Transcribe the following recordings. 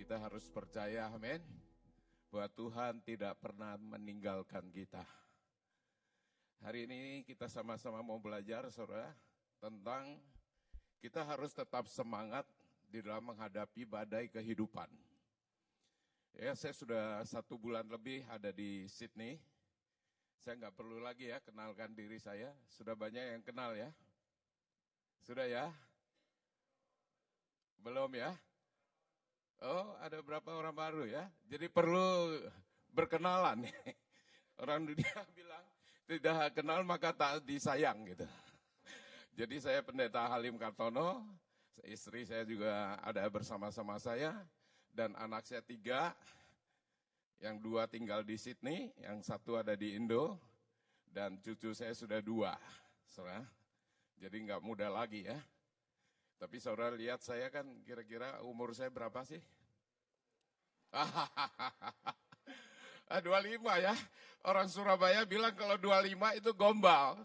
Kita harus percaya, amin, bahwa Tuhan tidak pernah meninggalkan kita. Hari ini kita sama-sama mau belajar, saudara, tentang kita harus tetap semangat di dalam menghadapi badai kehidupan. Ya, saya sudah 1 bulan lebih ada di Sydney. Saya nggak perlu lagi ya kenalkan diri saya. Sudah banyak yang kenal ya? Sudah ya? Belum ya? Oh, ada berapa orang baru ya? Jadi perlu berkenalan. Orang dunia bilang tidak kenal maka tak disayang gitu. Jadi saya Pendeta Halim Kartono, istri saya juga ada bersama-sama saya, dan anak saya 3, yang 2 tinggal di Sydney, yang 1 ada di Indo, dan cucu saya sudah 2. Saudara. Jadi nggak muda lagi ya. Tapi saudara lihat saya kan kira-kira umur saya berapa sih? 25 ya. Orang Surabaya bilang kalau 25 itu gombal.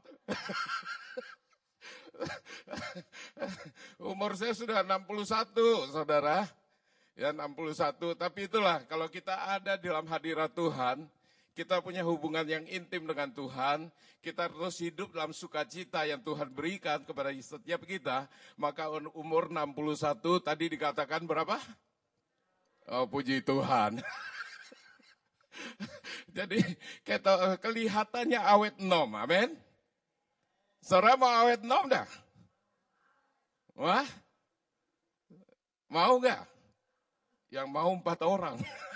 Umur saya sudah 61, saudara. Ya 61, tapi itulah kalau kita ada di dalam hadirat Tuhan, kita punya hubungan yang intim dengan Tuhan, kita terus hidup dalam sukacita yang Tuhan berikan kepada setiap kita, maka umur 61 tadi dikatakan berapa? Oh, puji Tuhan. Jadi kelihatannya awet nom, amin. Saudara mau awet nom dah? Wah? Mau gak? Yang mau 4 orang.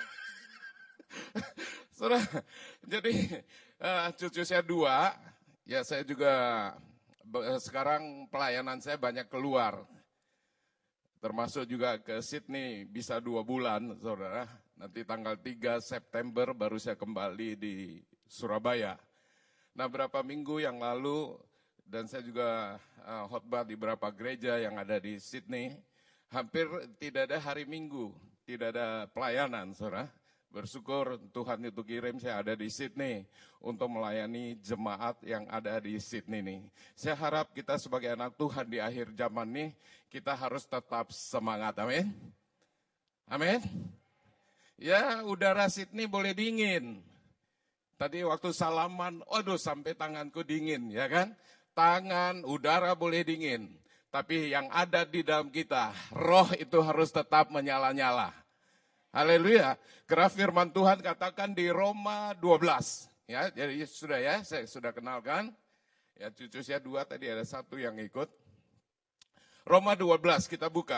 Saudara, jadi cucu saya 2, ya saya juga sekarang pelayanan saya banyak keluar. Termasuk juga ke Sydney bisa 2 bulan, saudara. Nanti tanggal 3 September baru saya kembali di Surabaya. Nah, berapa minggu yang lalu, dan saya juga khotbah di beberapa gereja yang ada di Sydney, hampir tidak ada hari Minggu, tidak ada pelayanan, saudara. Bersyukur Tuhan itu kirim saya ada di Sydney untuk melayani jemaat yang ada di Sydney ini. Saya harap kita sebagai anak Tuhan di akhir zaman ini, kita harus tetap semangat, amin. Amin. Ya, udara Sydney boleh dingin. Tadi waktu salaman, waduh sampai tanganku dingin, ya kan? Tangan, udara boleh dingin. Tapi yang ada di dalam kita, roh itu harus tetap menyala-nyala. Haleluya. Karena firman Tuhan katakan di Roma 12. Ya, jadi sudah ya, saya sudah kenalkan. Ya, cucu saya 2 tadi ada 1 yang ikut. Roma 12 kita buka.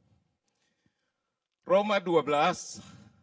Roma 12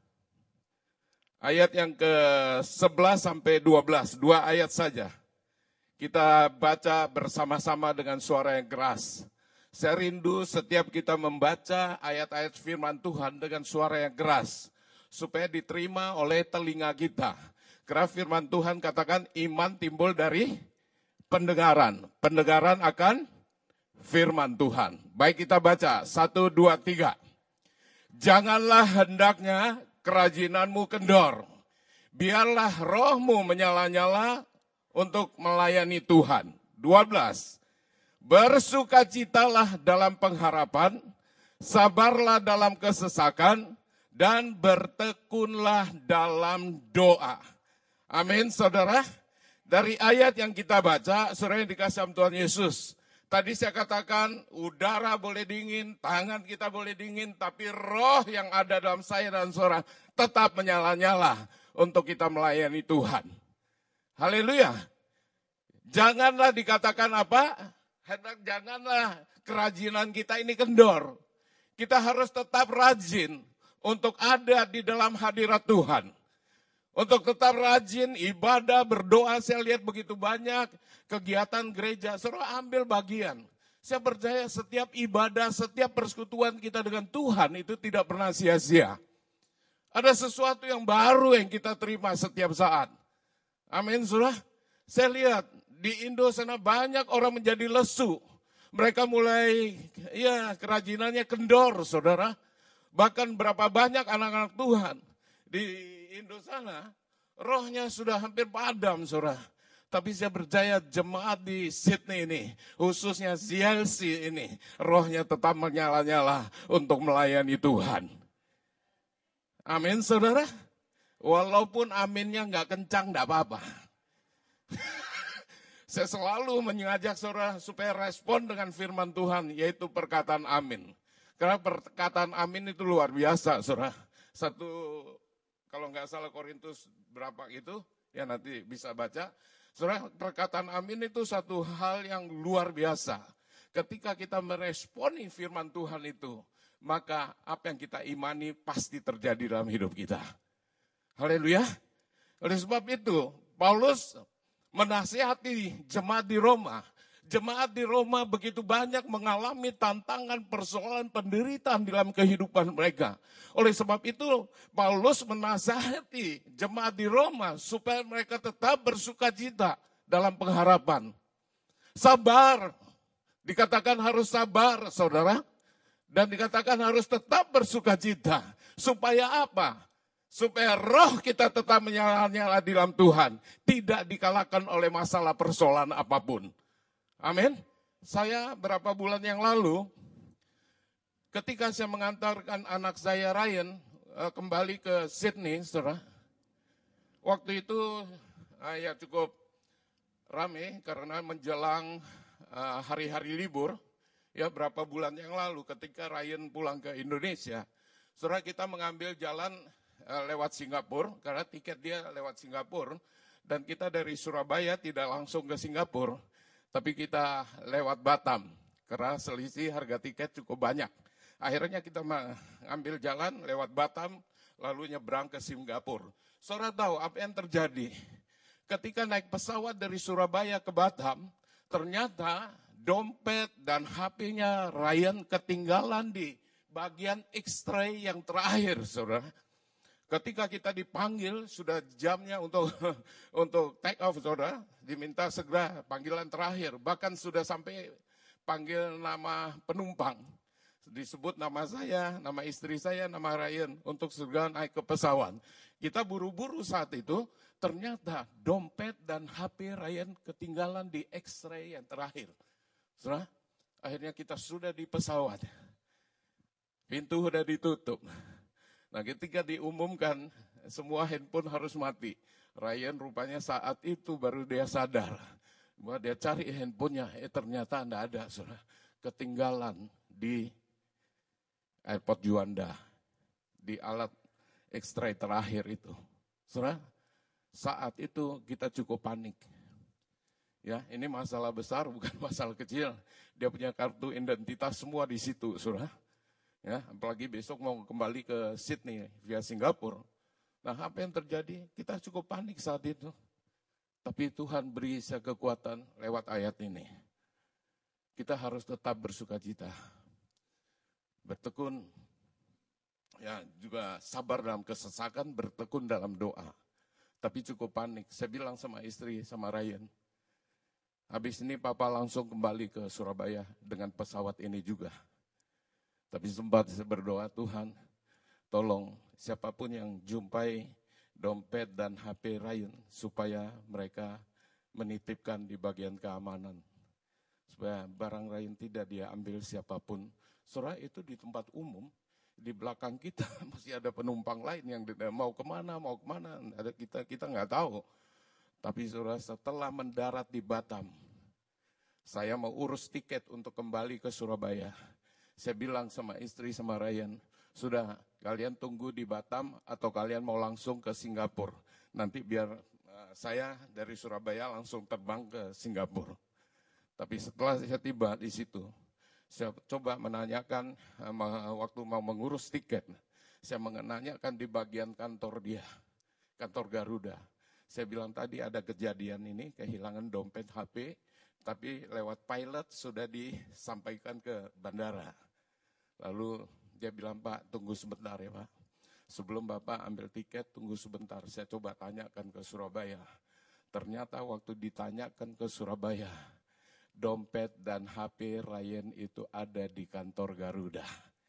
ayat yang ke-11 sampai 12, 2 ayat saja. Kita baca bersama-sama dengan suara yang keras. Saya rindu setiap kita membaca ayat-ayat firman Tuhan dengan suara yang keras, supaya diterima oleh telinga kita. Karena firman Tuhan katakan iman timbul dari pendengaran. Pendengaran akan firman Tuhan. Baik kita baca, 1, 2, 3. Janganlah hendaknya kerajinanmu kendor. Biarlah rohmu menyala-nyala untuk melayani Tuhan. 12. Bersukacitalah dalam pengharapan, sabarlah dalam kesesakan, dan bertekunlah dalam doa. Amin, saudara. Dari ayat yang kita baca, saudara yang dikasih Tuhan Yesus. Tadi saya katakan, udara boleh dingin, tangan kita boleh dingin, tapi roh yang ada dalam saya dan saudara tetap menyala-nyala untuk kita melayani Tuhan. Haleluya. Janganlah dikatakan apa? Janganlah kerajinan kita ini kendor. Kita harus tetap rajin untuk ada di dalam hadirat Tuhan. Untuk tetap rajin ibadah, berdoa. Saya lihat begitu banyak kegiatan gereja. Saudara ambil bagian. Saya percaya setiap ibadah, setiap persekutuan kita dengan Tuhan itu tidak pernah sia-sia. Ada sesuatu yang baru yang kita terima setiap saat. Amin, saudara. Saya lihat di Indo sana banyak orang menjadi lesu. Mereka mulai, ya kerajinannya kendor, saudara. Bahkan berapa banyak anak-anak Tuhan di Indo sana, rohnya sudah hampir padam, saudara. Tapi saya percaya jemaat di Sydney ini, khususnya CLC ini, rohnya tetap menyala-nyala untuk melayani Tuhan. Amin, saudara. Walaupun aminnya nggak kencang, nggak apa-apa. Saya selalu mengajak saudara supaya respon dengan firman Tuhan, yaitu perkataan amin. Karena perkataan amin itu luar biasa, saudara. Satu, kalau nggak salah Korintus berapa itu, ya nanti bisa baca. Saudara, perkataan amin itu satu hal yang luar biasa. Ketika kita meresponi firman Tuhan itu, maka apa yang kita imani pasti terjadi dalam hidup kita. Haleluya. Oleh sebab itu, Paulus menasihati jemaat di Roma. Jemaat di Roma begitu banyak mengalami tantangan, persoalan, penderitaan dalam kehidupan mereka. Oleh sebab itu, Paulus menasihati jemaat di Roma supaya mereka tetap bersukacita dalam pengharapan. Sabar. Dikatakan harus sabar, saudara. Dan dikatakan harus tetap bersukacita. Supaya apa? Supaya roh kita tetap menyala-nyala di dalam Tuhan. Tidak dikalahkan oleh masalah persoalan apapun. Amin. Saya berapa bulan yang lalu, ketika saya mengantarkan anak saya Ryan kembali ke Sydney, saudara. Waktu itu ya cukup ramai karena menjelang hari-hari libur. Ya berapa bulan yang lalu ketika Ryan pulang ke Indonesia, saudara, kita mengambil jalan lewat Singapura, karena tiket dia lewat Singapura, dan kita dari Surabaya tidak langsung ke Singapura, tapi kita lewat Batam, karena selisih harga tiket cukup banyak. Akhirnya kita mengambil jalan lewat Batam, lalu nyebrang ke Singapura. Saudara tahu apa yang terjadi? Ketika naik pesawat dari Surabaya ke Batam, ternyata dompet dan HP-nya Ryan ketinggalan di bagian X-ray yang terakhir, saudara. Ketika kita dipanggil, sudah jamnya untuk take off, saudara. Diminta segera panggilan terakhir. Bahkan sudah sampai panggil nama penumpang. Disebut nama saya, nama istri saya, nama Ryan. Untuk segera naik ke pesawat. Kita buru-buru saat itu, ternyata dompet dan HP Ryan ketinggalan di X-ray yang terakhir. Saudara, akhirnya kita sudah di pesawat. Pintu sudah ditutup. Nah, ketika diumumkan semua handphone harus mati. Ryan rupanya saat itu baru dia sadar bahwa dia cari handphonenya, ternyata tidak ada, saudara. Ketinggalan di airport Juanda, di alat X-ray terakhir itu. Saudara, saat itu kita cukup panik. Ya, ini masalah besar, bukan masalah kecil. Dia punya kartu identitas semua di situ, saudara. Ya, apalagi besok mau kembali ke Sydney via Singapura. Nah, apa yang terjadi? Kita cukup panik saat itu. Tapi Tuhan beri saya kekuatan lewat ayat ini. Kita harus tetap bersukacita. Bertekun, ya juga sabar dalam kesesakan, bertekun dalam doa. Tapi cukup panik. Saya bilang sama istri, sama Ryan, habis ini Papa langsung kembali ke Surabaya dengan pesawat ini juga. Tapi sempat saya berdoa, Tuhan, tolong siapapun yang jumpai dompet dan HP Ryan, supaya mereka menitipkan di bagian keamanan. Supaya barang Ryan tidak dia ambil siapapun. Saudara, itu di tempat umum, di belakang kita masih ada penumpang lain yang mau kemana, ada kita nggak tahu. Tapi saudara, setelah mendarat di Batam, saya mau urus tiket untuk kembali ke Surabaya. Saya bilang sama istri, sama Ryan, sudah kalian tunggu di Batam atau kalian mau langsung ke Singapura. Nanti biar saya dari Surabaya langsung terbang ke Singapura. Tapi setelah saya tiba di situ, saya coba menanyakan waktu mau mengurus tiket. Saya menanyakan di bagian kantor dia, kantor Garuda. Saya bilang tadi ada kejadian ini, kehilangan dompet HP, tapi lewat pilot sudah disampaikan ke bandara. Lalu dia bilang, Pak, tunggu sebentar ya Pak. Sebelum Bapak ambil tiket, tunggu sebentar. Saya coba tanyakan ke Surabaya. Ternyata waktu ditanyakan ke Surabaya, dompet dan HP Ryan itu ada di kantor Garuda.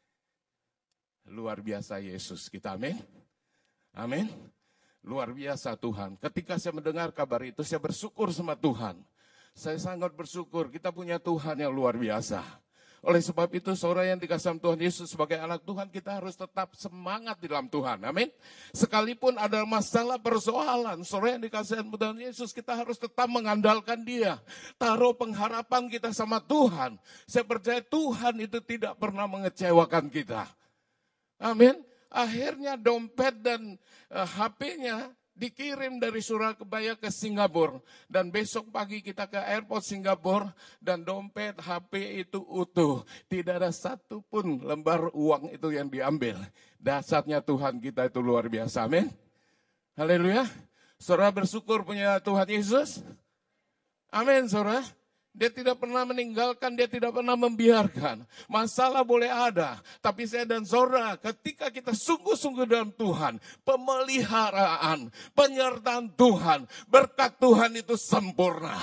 Luar biasa Yesus kita, amin. Amin. Luar biasa Tuhan. Ketika saya mendengar kabar itu, saya bersyukur sama Tuhan. Saya sangat bersyukur, kita punya Tuhan yang luar biasa. Oleh sebab itu, saudara yang dikasihi Tuhan Yesus sebagai anak Tuhan, kita harus tetap semangat di dalam Tuhan. Amin. Sekalipun ada masalah persoalan, saudara yang dikasihi Tuhan Yesus, kita harus tetap mengandalkan Dia. Taruh pengharapan kita sama Tuhan. Saya percaya Tuhan itu tidak pernah mengecewakan kita. Amin. Akhirnya dompet dan HP-nya dikirim dari Surabaya ke Singapura. Dan besok pagi kita ke airport Singapura dan dompet HP itu utuh. Tidak ada satu pun lembar uang itu yang diambil. Dasarnya Tuhan kita itu luar biasa. Amin. Haleluya. Saudara bersyukur punya Tuhan Yesus. Amin, saudara. Dia tidak pernah meninggalkan, dia tidak pernah membiarkan. Masalah boleh ada, tapi saya dan saudara ketika kita sungguh-sungguh dalam Tuhan, pemeliharaan, penyertaan Tuhan, berkat Tuhan itu sempurna.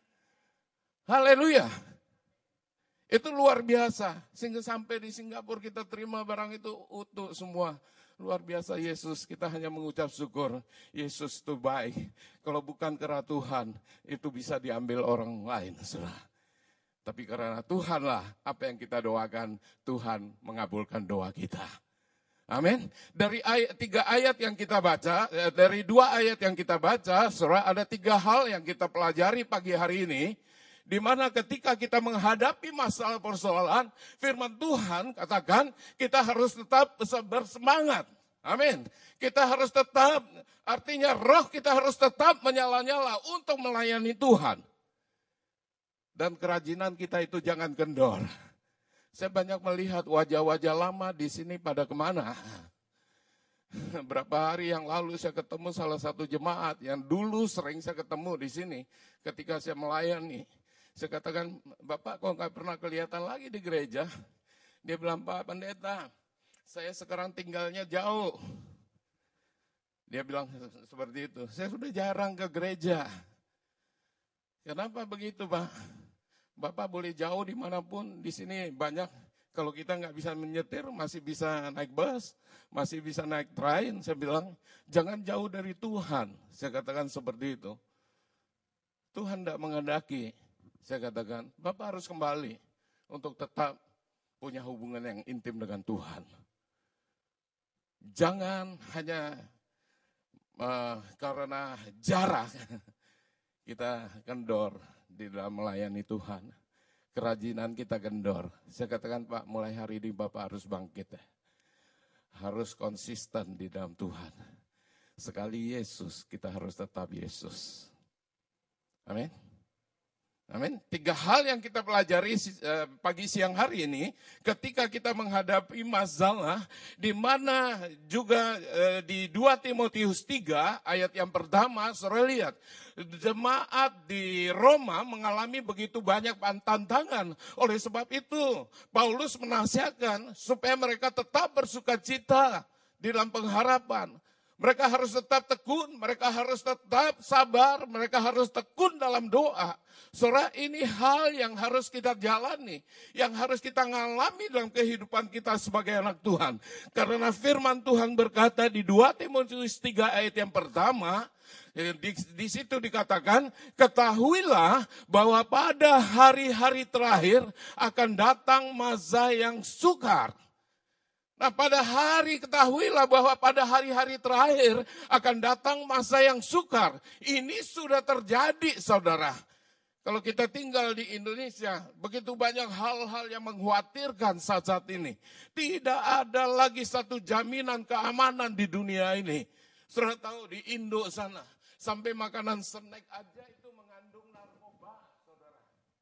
Haleluya. Itu luar biasa. Sehingga sampai di Singapura kita terima barang itu utuh semua. Luar biasa Yesus, kita hanya mengucap syukur. Yesus itu baik. Kalau bukan karena Tuhan, itu bisa diambil orang lain. Saudara. Tapi karena Tuhanlah apa yang kita doakan, Tuhan mengabulkan doa kita. Amin. Dari tiga ayat yang kita baca, dari 2 ayat yang kita baca, saudara, ada 3 hal yang kita pelajari pagi hari ini. Di mana ketika kita menghadapi masalah persoalan, firman Tuhan katakan kita harus tetap bersemangat. Amin. Kita harus tetap, artinya roh kita harus tetap menyala-nyala untuk melayani Tuhan. Dan kerajinan kita itu jangan kendor. Saya banyak melihat wajah-wajah lama di sini pada kemana. Berapa hari yang lalu saya ketemu salah satu jemaat yang dulu sering saya ketemu di sini ketika saya melayani. Saya katakan, Bapak kok nggak pernah kelihatan lagi di gereja? Dia bilang, Pak Pendeta, saya sekarang tinggalnya jauh. Dia bilang seperti itu, saya sudah jarang ke gereja. Kenapa begitu, Pak? Bapak boleh jauh dimanapun, di sini banyak. Kalau kita nggak bisa menyetir, masih bisa naik bus, masih bisa naik train. Saya bilang, jangan jauh dari Tuhan. Saya katakan seperti itu. Tuhan tidak menghendaki. Saya katakan, Bapak harus kembali untuk tetap punya hubungan yang intim dengan Tuhan. Jangan hanya karena jarak kita kendor di dalam melayani Tuhan. Kerajinan kita kendor. Saya katakan, Pak, mulai hari ini Bapak harus bangkit. Harus konsisten di dalam Tuhan. Sekali Yesus, kita harus tetap Yesus. Amin. Amin. 3 hal yang kita pelajari pagi siang hari ini, ketika kita menghadapi masalah, di mana juga di 2 Timotius 3 ayat yang pertama, saudara lihat, jemaat di Roma mengalami begitu banyak tantangan. Oleh sebab itu, Paulus menasihatkan supaya mereka tetap bersukacita di dalam pengharapan. Mereka harus tetap tekun, mereka harus tetap sabar, mereka harus tekun dalam doa. Saudara, ini hal yang harus kita jalani, yang harus kita ngalami dalam kehidupan kita sebagai anak Tuhan. Karena firman Tuhan berkata di 2 Timotius 3 ayat yang pertama, di situ dikatakan, ketahuilah bahwa pada hari-hari terakhir akan datang masa yang sukar. Nah, ketahuilah bahwa pada hari-hari terakhir akan datang masa yang sukar. Ini sudah terjadi, saudara. Kalau kita tinggal di Indonesia, begitu banyak hal-hal yang mengkhawatirkan saat-saat ini. Tidak ada lagi satu jaminan keamanan di dunia ini. Saudara tahu di Indo sana, sampai makanan snack aja itu mengandung narkoba, saudara.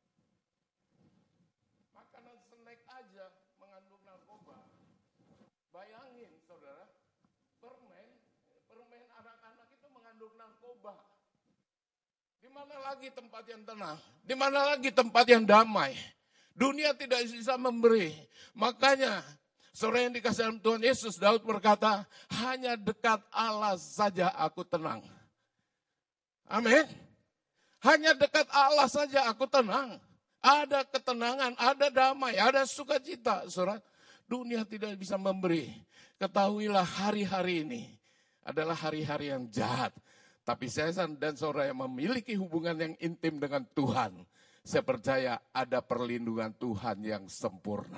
Makanan snack aja mengandung narkoba. Bayangin, saudara, permen anak-anak itu mengandung narkoba. Di mana lagi tempat yang tenang? Di mana lagi tempat yang damai? Dunia tidak bisa memberi. Makanya, saudara yang dikasihi Tuhan Yesus, Daud berkata, hanya dekat Allah saja aku tenang. Amin. Hanya dekat Allah saja aku tenang. Ada ketenangan, ada damai, ada sukacita, saudara. Dunia tidak bisa memberi. Ketahuilah hari-hari ini adalah hari-hari yang jahat. Tapi saya dan saudara yang memiliki hubungan yang intim dengan Tuhan, Saya percaya ada perlindungan Tuhan yang sempurna.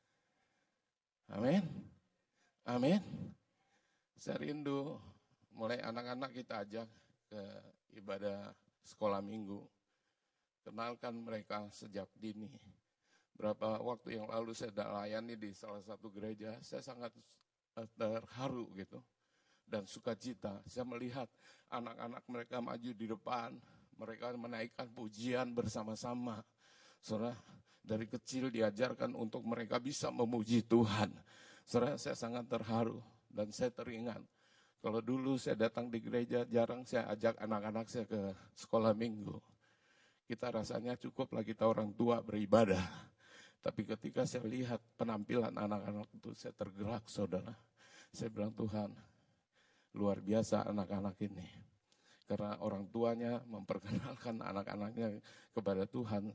Amin. Amin. Saya rindu mulai anak-anak kita ajak ke ibadah sekolah minggu. Kenalkan mereka sejak dini. Berapa waktu yang lalu saya layani di salah satu gereja, saya sangat terharu gitu. Dan sukacita, saya melihat anak-anak mereka maju di depan, mereka menaikkan pujian bersama-sama. Saudara, dari kecil diajarkan untuk mereka bisa memuji Tuhan. Saudara, saya sangat terharu dan saya teringat. Kalau dulu saya datang di gereja, jarang saya ajak anak-anak saya ke sekolah minggu. Kita rasanya cukuplah kita orang tua beribadah. Tapi ketika saya lihat penampilan anak-anak itu, saya tergerak, saudara. Saya bilang, Tuhan, luar biasa anak-anak ini. Karena orang tuanya memperkenalkan anak-anaknya kepada Tuhan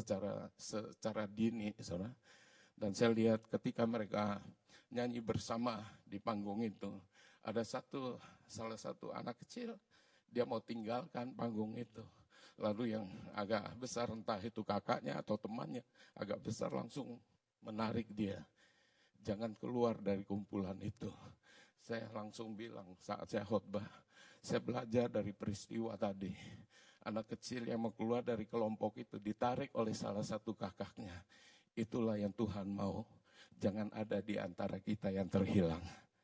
secara dini, saudara. Dan saya lihat ketika mereka nyanyi bersama di panggung itu, ada salah satu anak kecil, dia mau tinggalkan panggung itu. Lalu yang agak besar, entah itu kakaknya atau temannya, agak besar langsung menarik dia. Jangan keluar dari kumpulan itu. Saya langsung bilang saat saya khotbah, saya belajar dari peristiwa tadi. Anak kecil yang mau keluar dari kelompok itu ditarik oleh salah satu kakaknya. Itulah yang Tuhan mau. Jangan ada di antara kita yang terhilang.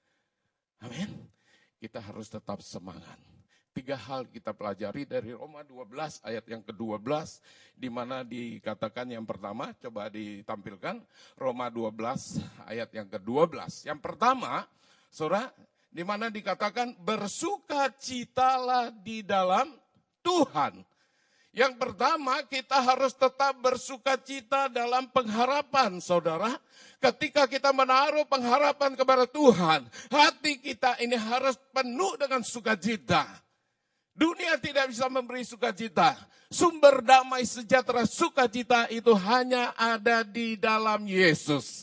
Amin. Kita harus tetap semangat. 3 hal kita pelajari dari Roma 12 ayat yang ke-12, di mana dikatakan yang pertama, coba ditampilkan, Roma 12 ayat yang ke-12. Yang pertama, saudara, di mana dikatakan bersukacitalah di dalam Tuhan. Yang pertama, kita harus tetap bersukacita dalam pengharapan, saudara. Ketika kita menaruh pengharapan kepada Tuhan, hati kita ini harus penuh dengan sukacita. Dunia tidak bisa memberi sukacita. Sumber damai sejahtera sukacita itu hanya ada di dalam Yesus.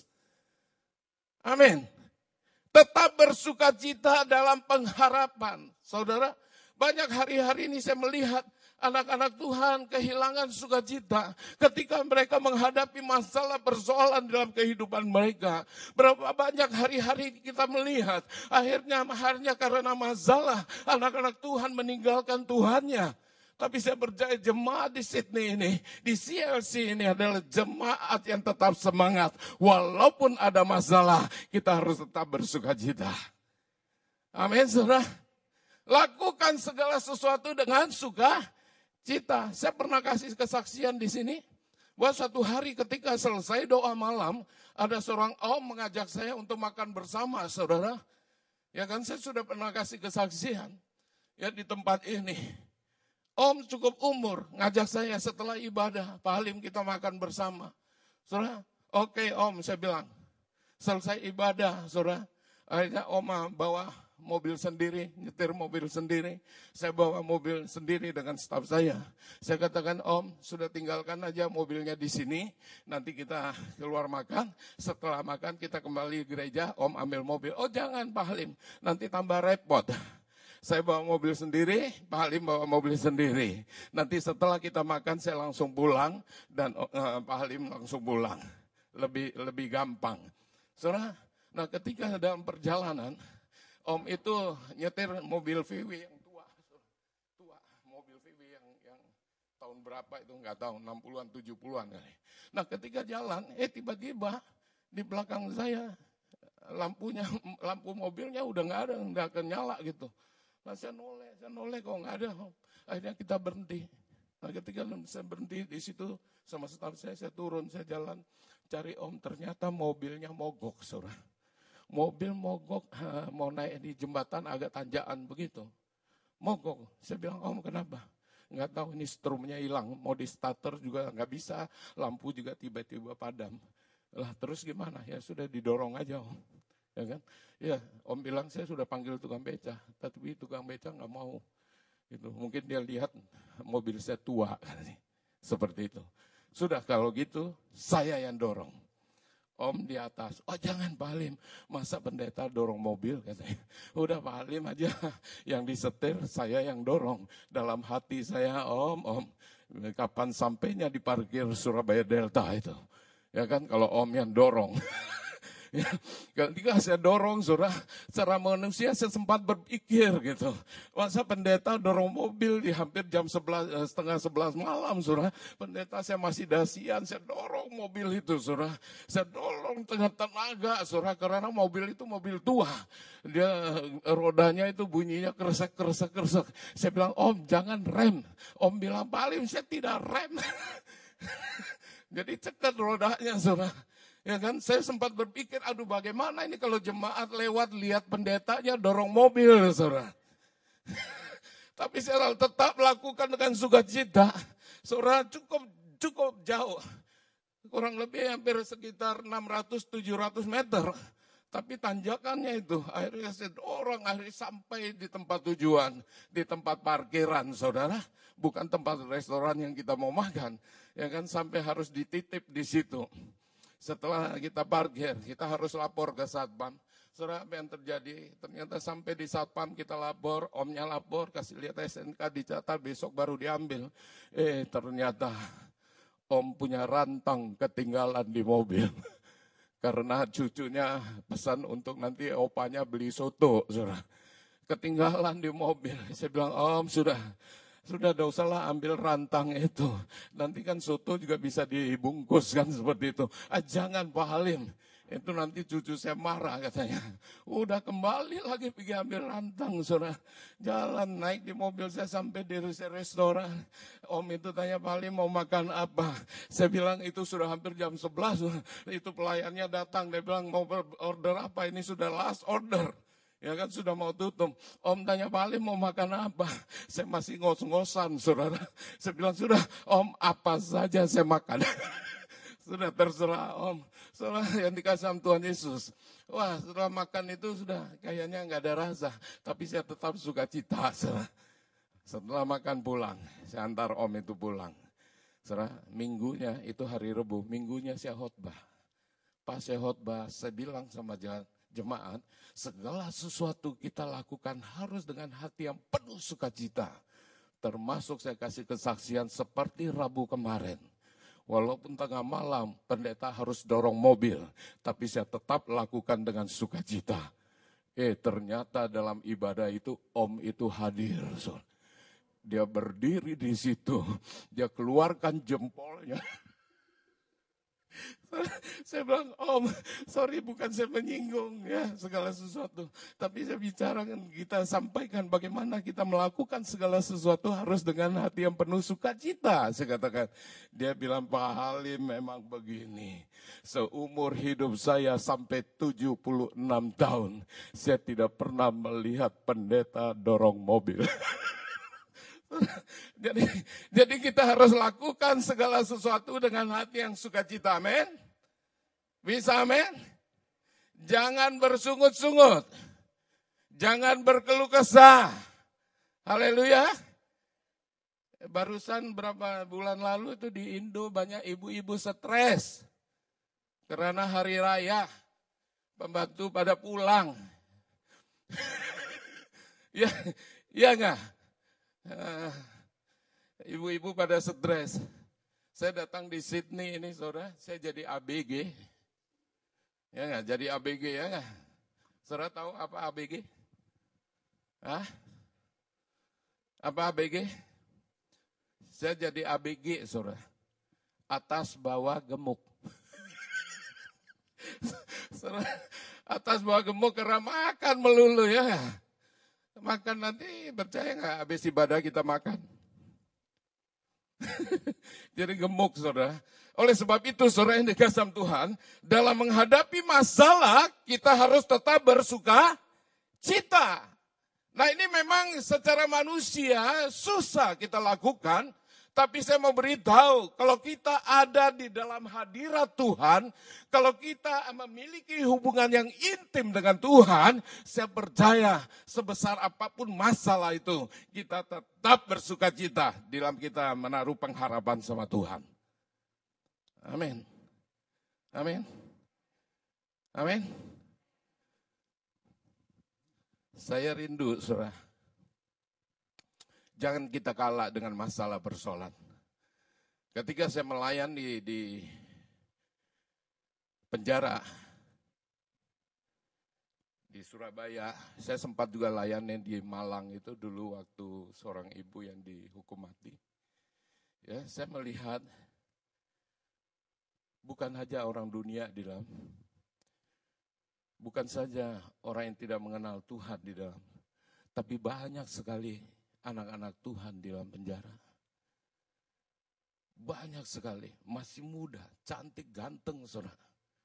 Amin. Tetap bersukacita dalam pengharapan. Saudara, banyak hari-hari ini saya melihat anak-anak Tuhan kehilangan sukacita ketika mereka menghadapi masalah persoalan dalam kehidupan mereka. Berapa banyak hari-hari kita melihat akhirnya karena masalah anak-anak Tuhan meninggalkan Tuhannya. Tapi saya percaya jemaat di Sydney ini, di CLC ini adalah jemaat yang tetap semangat. Walaupun ada masalah, kita harus tetap bersukacita. Amin, saudara. Lakukan segala sesuatu dengan sukacita. Saya pernah kasih kesaksian di sini. Bahwa suatu hari ketika selesai doa malam, ada seorang om mengajak saya untuk makan bersama, saudara. Ya kan, saya sudah pernah kasih kesaksian. Ya di tempat ini. Om cukup umur, ngajak saya setelah ibadah, Pak Halim kita makan bersama. Saudara, oke om, saya bilang. Selesai ibadah, saudara. Akhirnya om bawa mobil sendiri, nyetir mobil sendiri. Saya bawa mobil sendiri dengan staf saya. Saya katakan, om, sudah tinggalkan aja mobilnya di sini. Nanti kita keluar makan. Setelah makan kita kembali gereja, om ambil mobil. Oh jangan Pak Halim, nanti tambah repot. Saya bawa mobil sendiri, Pak Halim bawa mobil sendiri. Nanti setelah kita makan saya langsung pulang dan Pak Halim langsung pulang. Lebih gampang. Saudara, nah ketika dalam perjalanan, om itu nyetir mobil VW yang tua, mobil VW yang tahun berapa itu nggak tahu, 60-an, 70-an kali. Nah ketika jalan, tiba-tiba di belakang saya lampu mobilnya udah nggak ada, nggak akan nyala gitu. Nah saya noleh kok nggak ada. Akhirnya kita berhenti. Nah ketika saya berhenti di situ sama staf saya turun, saya jalan cari om, ternyata mobilnya mogok, saudara. Mobil mogok, mau naik di jembatan agak tanjakan begitu. Mogok. Saya bilang, om kenapa? Nggak tahu, ini strumnya hilang. Mau di starter juga nggak bisa. Lampu juga tiba-tiba padam. Lah terus gimana? Ya sudah didorong aja om. Ya kan? Ya om bilang saya sudah panggil tukang beca. Tapi tukang beca nggak mau. Gitu. Mungkin dia lihat mobil saya tua. Seperti itu. Sudah kalau gitu saya yang dorong. Om di atas, oh jangan Pak Halim, masa pendeta dorong mobil katanya. Udah Pak Halim aja yang disetir, saya yang dorong. Dalam hati saya om, Kapan sampainya di parkir Surabaya Delta itu? Ya kan, kalau Om yang dorong. Ya, ketika saya dorong, saudara, secara manusia saya sempat berpikir gitu. Masa pendeta dorong mobil di hampir jam 11, setengah 11 malam, saudara. Pendeta saya masih dasian, saya dorong mobil itu, saudara. Saya dorong dengan tenaga, saudara, karena mobil itu mobil tua. Dia rodanya itu bunyinya keresek. Saya bilang, Om jangan rem. Om bilang, paling saya tidak rem. Jadi cekat rodanya, saudara. Ya kan, saya sempat berpikir, aduh bagaimana ini kalau jemaat lewat lihat pendetanya dorong mobil, saudara. Tapi saya tetap lakukan dengan sukacita. Saudara, cukup jauh. Kurang lebih hampir sekitar 600-700 meter. Tapi tanjakannya itu, akhirnya saya dorong, akhirnya sampai di tempat tujuan, di tempat parkiran, saudara. Bukan tempat restoran yang kita mau makan. Ya kan, sampai harus dititip di situ. Setelah kita parkir, kita harus lapor ke Satpam. Saudara, apa yang terjadi? Ternyata sampai di Satpam kita lapor, Omnya lapor, kasih lihat SNK dicatat, besok baru diambil. Ternyata Om punya rantang ketinggalan di mobil. Karena cucunya pesan untuk nanti opanya beli soto, saudara. Ketinggalan di mobil. Saya bilang, Om sudah tidak usahlah ambil rantang itu. Nanti kan soto juga bisa dibungkus kan seperti itu. Jangan Pak Halim. Itu nanti cucu saya marah katanya. Udah kembali lagi pergi ambil rantang, saudara. Jalan naik di mobil saya sampai di restoran. Om itu tanya, Pak Halim mau makan apa? Saya bilang itu sudah hampir jam 11. Itu pelayannya datang. Dia bilang mau order apa? Ini sudah last order. Ya kan sudah mau tutup. Om tanya Pak Halim mau makan apa? Saya masih ngos-ngosan, saudara. Saya bilang sudah Om apa saja saya makan. Sudah terserah Om. Saudara yang dikasih sama Tuhan Yesus. Wah setelah makan itu sudah kayaknya nggak ada rasa. Tapi saya tetap sukacita, saudara. Setelah makan pulang, saya antar Om itu pulang. Saudara, minggunya itu hari Rebu, minggunya saya khotbah. Pas saya khotbah, saya bilang sama jemaat, segala sesuatu kita lakukan harus dengan hati yang penuh sukacita. Termasuk saya kasih kesaksian seperti Rabu kemarin. Walaupun tengah malam pendeta harus dorong mobil, tapi saya tetap lakukan dengan sukacita. Ternyata dalam ibadah itu Om itu hadir. Dia berdiri di situ, dia keluarkan jempolnya. Saya bilang, Om, sorry bukan saya menyinggung ya segala sesuatu. Tapi saya bicarakan, kita sampaikan bagaimana kita melakukan segala sesuatu harus dengan hati yang penuh sukacita. Saya katakan, dia bilang, Pak Halim memang begini. Seumur hidup saya sampai 76 tahun, saya tidak pernah melihat pendeta dorong mobil. Jadi kita harus lakukan segala sesuatu dengan hati yang sukacita, amin. Bisa, amin. Jangan bersungut-sungut, jangan berkeluh kesah. Haleluya. Barusan berapa bulan lalu itu di Indo banyak ibu-ibu stres karena hari raya, pembantu pada pulang. Ya enggak? Ibu-ibu pada stres. Saya datang di Sydney ini, saudara, saya jadi ABG. Ya enggak? Jadi ABG ya enggak? Saudara tahu apa ABG? Hah? Apa ABG? Saya jadi ABG, saudara. Atas bawah gemuk. Saudara, atas bawah gemuk karena makan melulu ya. Makan nanti percaya nggak habis ibadah kita makan. Jadi gemuk, saudara. Oleh sebab itu, saudara yang dikasih sama Tuhan, dalam menghadapi masalah kita harus tetap bersuka cita. Nah ini memang secara manusia susah kita lakukan. Tapi saya mau beritahu, kalau kita ada di dalam hadirat Tuhan, kalau kita memiliki hubungan yang intim dengan Tuhan, saya percaya sebesar apapun masalah itu, kita tetap bersukacita dalam kita menaruh pengharapan sama Tuhan. Amin. Amin. Amin. Saya rindu, saudara. Jangan kita kalah dengan masalah persoalan. Ketika saya melayani di penjara di Surabaya, saya sempat juga layani di Malang itu dulu waktu seorang ibu yang dihukum mati. Ya, saya melihat bukan saja orang dunia di dalam, bukan saja orang yang tidak mengenal Tuhan di dalam, tapi banyak sekali anak-anak Tuhan di dalam penjara. Banyak sekali, masih muda, cantik, ganteng, saudara.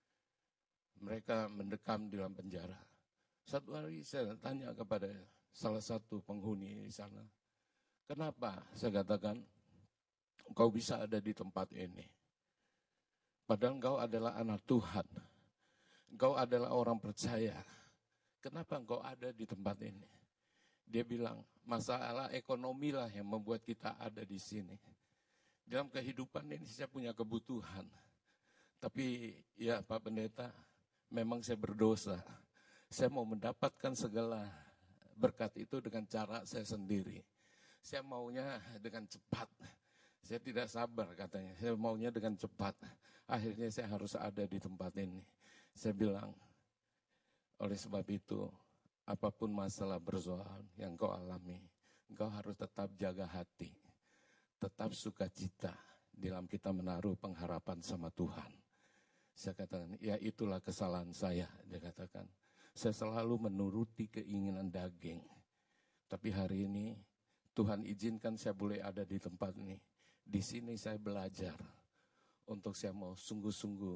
Mereka mendekam di dalam penjara. Satu hari saya tanya kepada salah satu penghuni di sana, kenapa saya katakan, engkau bisa ada di tempat ini? Padahal engkau adalah anak Tuhan. Engkau adalah orang percaya. Kenapa engkau ada di tempat ini? Dia bilang, masalah ekonomi lah yang membuat kita ada di sini. Dalam kehidupan ini saya punya kebutuhan. Tapi ya Pak Pendeta, memang saya berdosa. Saya mau mendapatkan segala berkat itu dengan cara saya sendiri. Saya maunya dengan cepat. Saya tidak sabar katanya. Saya maunya dengan cepat. Akhirnya saya harus ada di tempat ini. Saya bilang, oleh sebab itu, apapun masalah persoalan yang kau alami, engkau harus tetap jaga hati. Tetap sukacita dalam kita menaruh pengharapan sama Tuhan. Saya katakan, ya itulah kesalahan saya. Dia katakan, saya selalu menuruti keinginan daging. Tapi hari ini, Tuhan izinkan saya boleh ada di tempat ini. Di sini saya belajar untuk saya mau sungguh-sungguh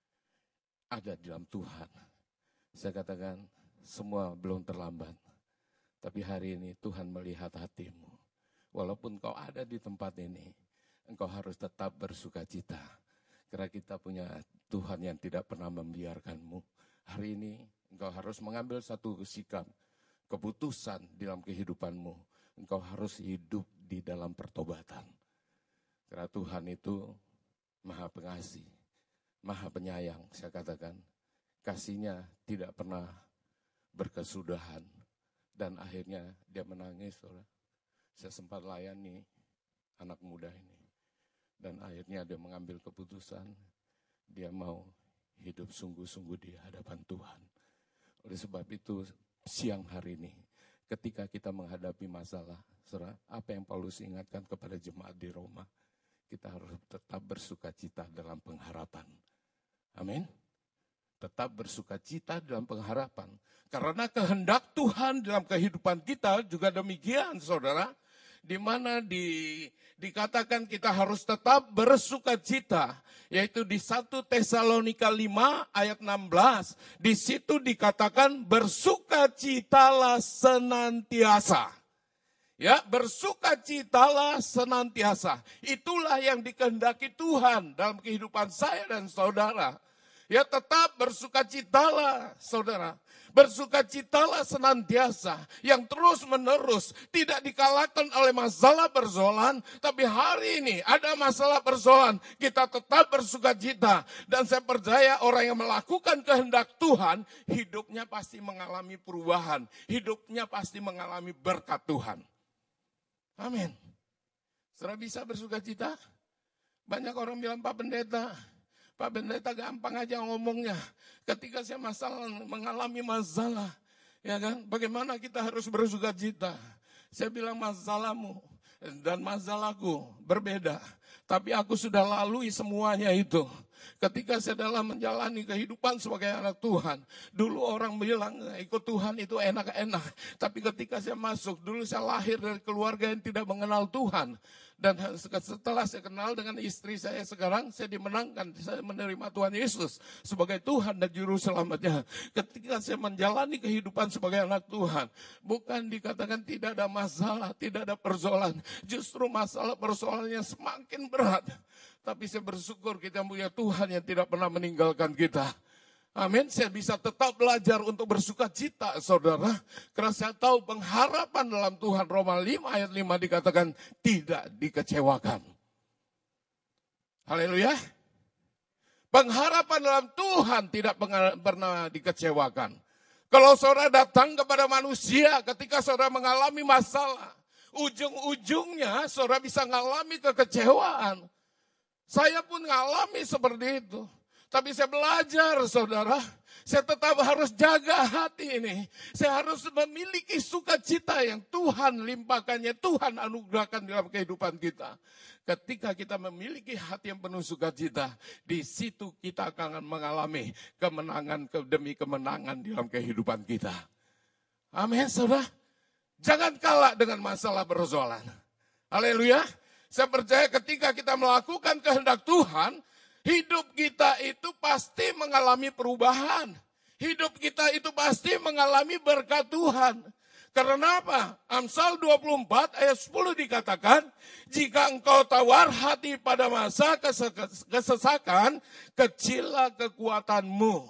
ada di dalam Tuhan. Saya katakan, semua belum terlambat. Tapi hari ini Tuhan melihat hatimu. Walaupun kau ada di tempat ini, engkau harus tetap bersukacita. Karena kita punya Tuhan yang tidak pernah membiarkanmu. Hari ini engkau harus mengambil satu sikap, keputusan dalam kehidupanmu. Engkau harus hidup di dalam pertobatan. Karena Tuhan itu Maha Pengasih, Maha Penyayang. Saya katakan, kasih-Nya tidak pernah berkesudahan. Dan akhirnya dia menangis, saudara. Saya sempat layani anak muda ini. Dan akhirnya dia mengambil keputusan, dia mau hidup sungguh-sungguh di hadapan Tuhan. Oleh sebab itu, siang hari ini, ketika kita menghadapi masalah, saudara, apa yang Paulus ingatkan kepada jemaat di Roma, kita harus tetap bersukacita dalam pengharapan. Amin. Tetap bersukacita dalam pengharapan. Karena kehendak Tuhan dalam kehidupan kita juga demikian, saudara. Di mana dikatakan kita harus tetap bersukacita. Yaitu di 1 Tesalonika 5 ayat 16. Di situ dikatakan bersukacitalah senantiasa. Ya, bersukacitalah senantiasa. Itulah yang dikehendaki Tuhan dalam kehidupan saya dan saudara. Ya, tetap bersukacitalah, saudara. Bersukacitalah senantiasa, yang terus menerus tidak dikalahkan oleh masalah persoalan, tapi hari ini ada masalah persoalan, kita tetap bersukacita. Dan saya percaya orang yang melakukan kehendak Tuhan, hidupnya pasti mengalami perubahan, hidupnya pasti mengalami berkat Tuhan. Amin. Saudara bisa bersukacita? Banyak orang bilang, Pak Pendeta gampang aja ngomongnya. Ketika saya mengalami masalah, ya kan? Bagaimana kita harus bersukacita? Saya bilang masalahmu dan masalahku berbeda. Tapi aku sudah lalui semuanya itu. Ketika saya dalam menjalani kehidupan sebagai anak Tuhan. Dulu orang bilang ikut Tuhan itu enak-enak. Tapi ketika saya masuk, dulu saya lahir dari keluarga yang tidak mengenal Tuhan. Dan setelah saya kenal dengan istri saya sekarang, saya dimenangkan. Saya menerima Tuhan Yesus sebagai Tuhan dan Juru Selamatnya. Ketika saya menjalani kehidupan sebagai anak Tuhan, bukan dikatakan tidak ada masalah, tidak ada persoalan. Justru masalah persoalannya semakin berat. Tapi saya bersyukur kita punya Tuhan yang tidak pernah meninggalkan kita. Amin, saya bisa tetap belajar untuk bersukacita, saudara. Karena saya tahu pengharapan dalam Tuhan, Roma 5 ayat 5 dikatakan tidak dikecewakan. Haleluya. Pengharapan dalam Tuhan tidak pernah dikecewakan. Kalau saudara datang kepada manusia ketika saudara mengalami masalah, ujung-ujungnya saudara bisa mengalami kekecewaan. Saya pun ngalami seperti itu. Tapi saya belajar, saudara. Saya tetap harus jaga hati ini. Saya harus memiliki sukacita yang Tuhan limpahkannya, Tuhan anugerahkan dalam kehidupan kita. Ketika kita memiliki hati yang penuh sukacita, di situ kita akan mengalami kemenangan demi kemenangan dalam kehidupan kita. Amin, saudara. Jangan kalah dengan masalah persoalan. Haleluya. Saya percaya ketika kita melakukan kehendak Tuhan, hidup kita itu pasti mengalami perubahan. Hidup kita itu pasti mengalami berkat Tuhan. Karena apa? Amsal 24 ayat 10 dikatakan, jika engkau tawar hati pada masa kesesakan, kecillah kekuatanmu.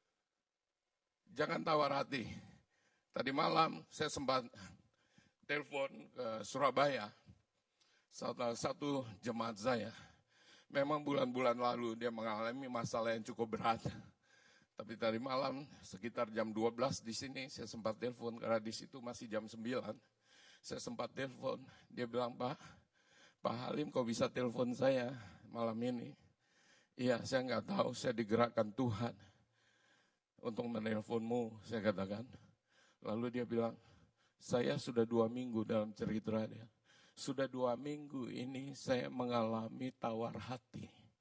Jangan tawar hati. Tadi malam saya sempat telepon ke Surabaya. Salah satu jemaat saya. Memang bulan-bulan lalu dia mengalami masalah yang cukup berat. Tapi tadi malam sekitar jam 12 di sini saya sempat telepon karena di situ masih jam 9. Saya sempat telepon, dia bilang, Pak Halim kok bisa telepon saya malam ini? Iya, saya nggak tahu, saya digerakkan Tuhan untuk menelponmu, saya katakan. Lalu dia bilang, saya sudah 2 minggu dalam cerita dia. Sudah 2 minggu ini saya mengalami tawar hati.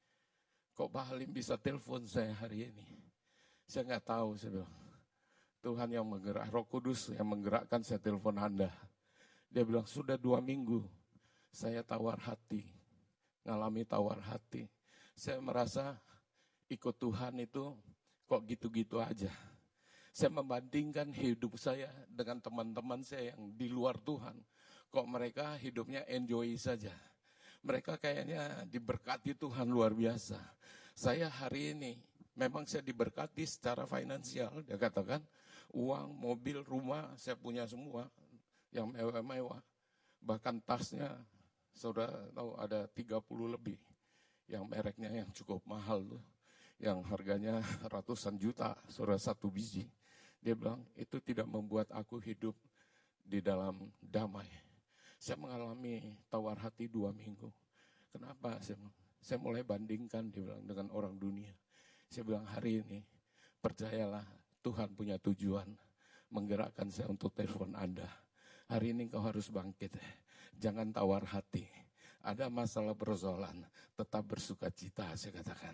Kok Pak Halim bisa telepon saya hari ini? Saya nggak tahu, saya bilang. Tuhan yang menggerak, Roh Kudus yang menggerakkan saya telepon Anda. Dia bilang, sudah 2 minggu saya tawar hati, ngalami tawar hati. Saya merasa ikut Tuhan itu kok gitu-gitu aja. Saya membandingkan hidup saya dengan teman-teman saya yang di luar Tuhan. Kok mereka hidupnya enjoy saja. Mereka kayaknya diberkati Tuhan luar biasa. Saya hari ini, memang saya diberkati secara finansial, dia katakan, uang, mobil, rumah, saya punya semua, yang mewah-mewah. Bahkan tasnya, saudara tahu ada 30 lebih, yang mereknya yang cukup mahal tuh, yang harganya ratusan juta, saudara satu biji. Dia bilang, itu tidak membuat aku hidup di dalam damai. Saya mengalami tawar hati 2 minggu. Kenapa? Saya mulai bandingkan, dia bilang, dengan orang dunia. Saya bilang, hari ini percayalah Tuhan punya tujuan menggerakkan saya untuk telepon Anda. Hari ini kau harus bangkit. Jangan tawar hati. Ada masalah persoalan, tetap bersuka cita, saya katakan.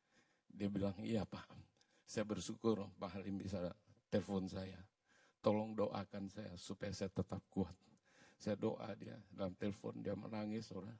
Dia bilang, iya Pak. Saya bersyukur Pak Halim bisa telepon saya. Tolong doakan saya supaya saya tetap kuat. Saya doa dia dalam telepon, dia menangis, saudara.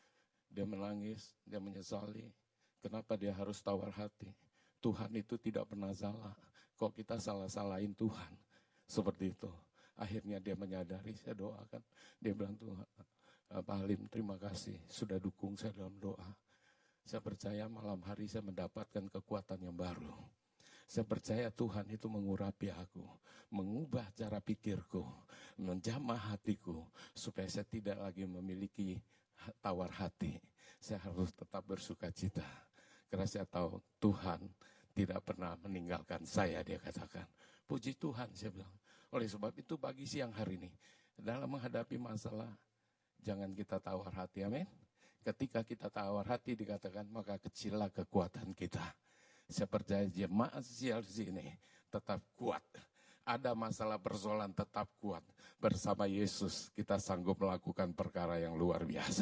Dia menangis, dia menyesali. Kenapa dia harus tawar hati? Tuhan itu tidak pernah salah. Kok kita salah-salahin Tuhan? Seperti itu. Akhirnya dia menyadari, saya doakan. Dia bilang, Tuhan, Pak Halim, terima kasih sudah dukung saya dalam doa. Saya percaya malam hari saya mendapatkan kekuatan yang baru. Saya percaya Tuhan itu mengurapi aku, mengubah cara pikirku, menjamah hatiku, supaya saya tidak lagi memiliki tawar hati. Saya harus tetap bersuka cita. Karena saya tahu Tuhan tidak pernah meninggalkan saya, dia katakan. Puji Tuhan, saya bilang. Oleh sebab itu pagi siang hari ini, dalam menghadapi masalah, jangan kita tawar hati, amin. Ketika kita tawar hati dikatakan, maka kecillah kekuatan kita. Saya percaya jemaat CLC ini tetap kuat. Ada masalah persoalan tetap kuat. Bersama Yesus kita sanggup melakukan perkara yang luar biasa.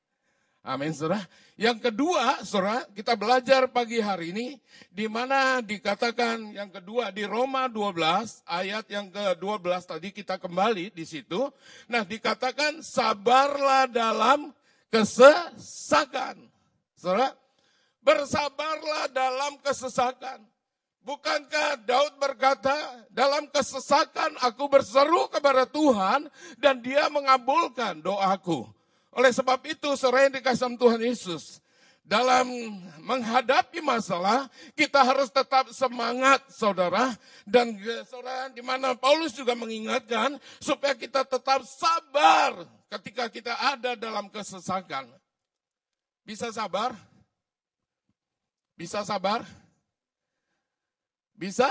Amin, saudara. Yang kedua, saudara, kita belajar pagi hari ini, di mana dikatakan yang kedua di Roma 12, ayat yang ke-12 tadi kita kembali di situ. Nah, dikatakan sabarlah dalam kesesakan. Saudara, bersabarlah dalam kesesakan. Bukankah Daud berkata, dalam kesesakan aku berseru kepada Tuhan dan dia mengabulkan doaku. Oleh sebab itu, saudara yang dikasihi Tuhan Yesus, dalam menghadapi masalah, kita harus tetap semangat, saudara. Dan saudara, di mana Paulus juga mengingatkan, supaya kita tetap sabar ketika kita ada dalam kesesakan. Bisa sabar? Bisa sabar? Bisa?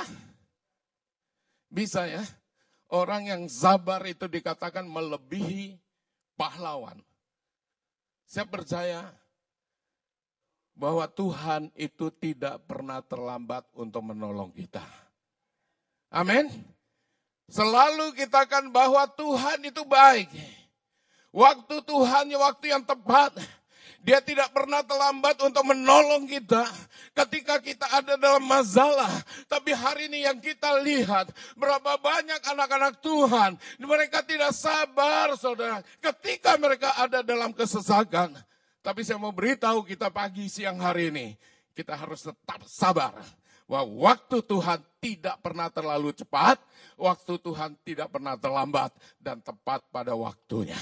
Bisa ya. Orang yang sabar itu dikatakan melebihi pahlawan. Saya percaya bahwa Tuhan itu tidak pernah terlambat untuk menolong kita. Amin. Selalu katakan bahwa Tuhan itu baik. Waktu Tuhan, waktu yang tepat. Dia tidak pernah terlambat untuk menolong kita ketika kita ada dalam masalah. Tapi hari ini yang kita lihat, berapa banyak anak-anak Tuhan, mereka tidak sabar, saudara, ketika mereka ada dalam kesesakan. Tapi saya mau beritahu kita pagi siang hari ini, kita harus tetap sabar. Bahwa waktu Tuhan tidak pernah terlalu cepat, waktu Tuhan tidak pernah terlambat, dan tepat pada waktunya.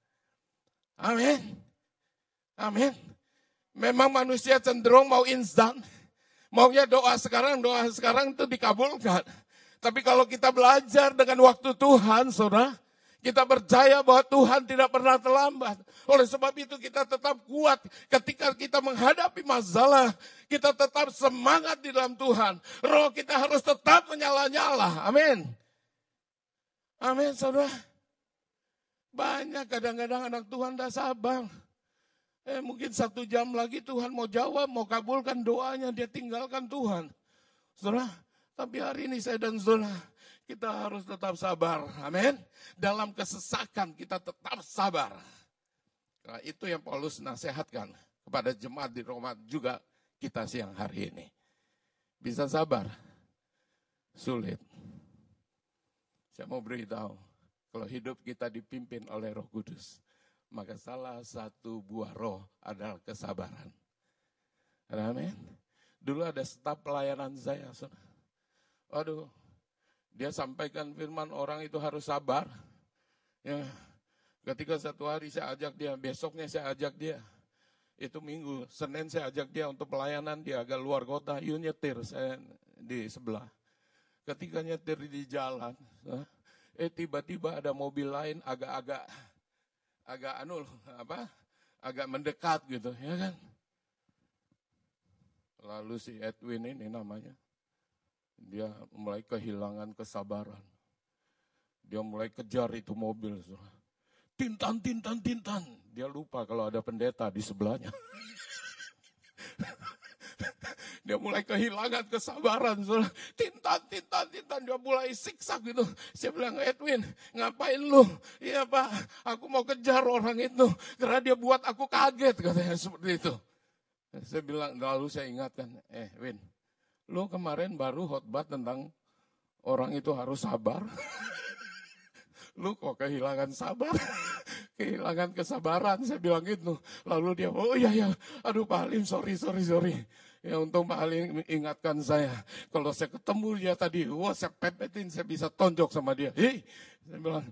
Amin. Amin. Memang manusia cenderung mau instan. Maunya doa sekarang itu dikabulkan. Tapi kalau kita belajar dengan waktu Tuhan, saudara, kita percaya bahwa Tuhan tidak pernah terlambat. Oleh sebab itu kita tetap kuat ketika kita menghadapi masalah. Kita tetap semangat di dalam Tuhan. Roh kita harus tetap menyala-nyala. Amin. Amin, saudara. Banyak kadang-kadang anak Tuhan tidak sabar. Mungkin 1 jam lagi Tuhan mau jawab, mau kabulkan doanya, dia tinggalkan Tuhan. Saudara, tapi hari ini saya dan saudara, kita harus tetap sabar. Amin. Dalam kesesakan kita tetap sabar. Nah, itu yang Paulus nasihatkan kepada jemaat di Roma juga kita siang hari ini. Bisa sabar? Sulit. Saya mau beritahu, kalau hidup kita dipimpin oleh Roh Kudus, maka salah satu buah roh adalah kesabaran. Amin. Dulu ada staf pelayanan saya. Waduh, dia sampaikan firman orang itu harus sabar. Ya, ketika satu hari saya ajak dia, besoknya saya ajak dia. Itu Minggu, Senin saya ajak dia untuk pelayanan, dia agak luar kota, yuk nyetir, saya di sebelah. Ketika nyetir di jalan, tiba-tiba ada mobil lain agak mendekat gitu, ya kan. Lalu si Edwin ini namanya, dia mulai kehilangan kesabaran. Dia mulai kejar itu mobil. Tintan. Dia lupa kalau ada pendeta di sebelahnya. Dia mulai kehilangan kesabaran. Tintan. Dia mulai siksa gitu. Saya bilang, Edwin, ngapain lu? Iya Pak, aku mau kejar orang itu. Karena dia buat aku kaget, katanya seperti itu. Saya bilang, lalu saya ingatkan, Win, lu kemarin baru khotbah tentang orang itu harus sabar. Lu kok kehilangan sabar? Kehilangan kesabaran, saya bilang gitu. Lalu dia, oh iya, aduh Pak Halim, sorry. Ya untuk Pak Halim ingatkan saya, kalau saya ketemu dia tadi, saya pepetin, saya bisa tonjok sama dia. Saya bilang,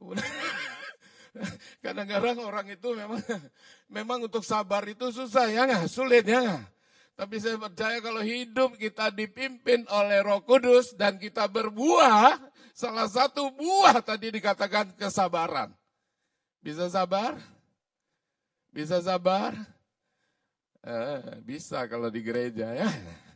kadang-kadang orang itu memang untuk sabar itu susah, ya nggak? Sulit, ya nggak? Tapi saya percaya kalau hidup kita dipimpin oleh Roh Kudus dan kita berbuah, salah satu buah tadi dikatakan kesabaran. Bisa sabar? Bisa sabar? Bisa kalau di gereja, ya.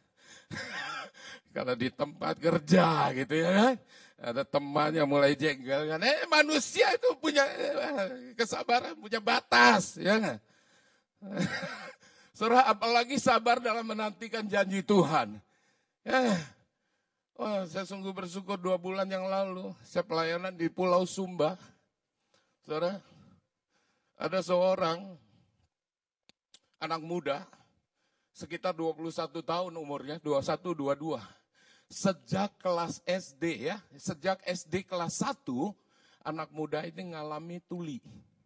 Kalau di tempat kerja gitu, ya kan. Ada temannya mulai jengkel kan. Manusia itu punya kesabaran, punya batas, ya kan. Saudara, apalagi sabar dalam menantikan janji Tuhan. Saya sungguh bersyukur 2 bulan yang lalu, saya pelayanan di Pulau Sumba. Saudara, ada seorang anak muda, sekitar 21 tahun umurnya, 21, 22. Sejak kelas SD, ya, sejak SD kelas 1, anak muda ini ngalami tuli.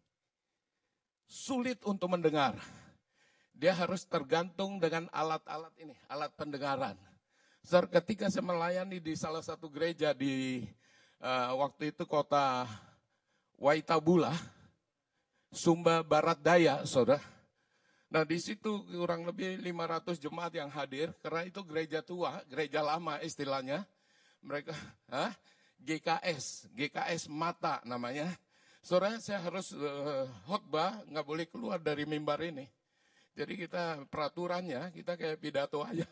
Sulit untuk mendengar. Dia harus tergantung dengan alat-alat ini, alat pendengaran. Ketika saya melayani di salah satu gereja di waktu itu kota Waitabula, Sumba Barat Daya, saudara. Nah di situ kurang lebih 500 jemaat yang hadir, karena itu gereja tua, gereja lama istilahnya. Mereka, GKS Mata namanya. Saudara, saya harus khotbah, nggak boleh keluar dari mimbar ini. Jadi kita peraturannya, kita kayak pidato aja.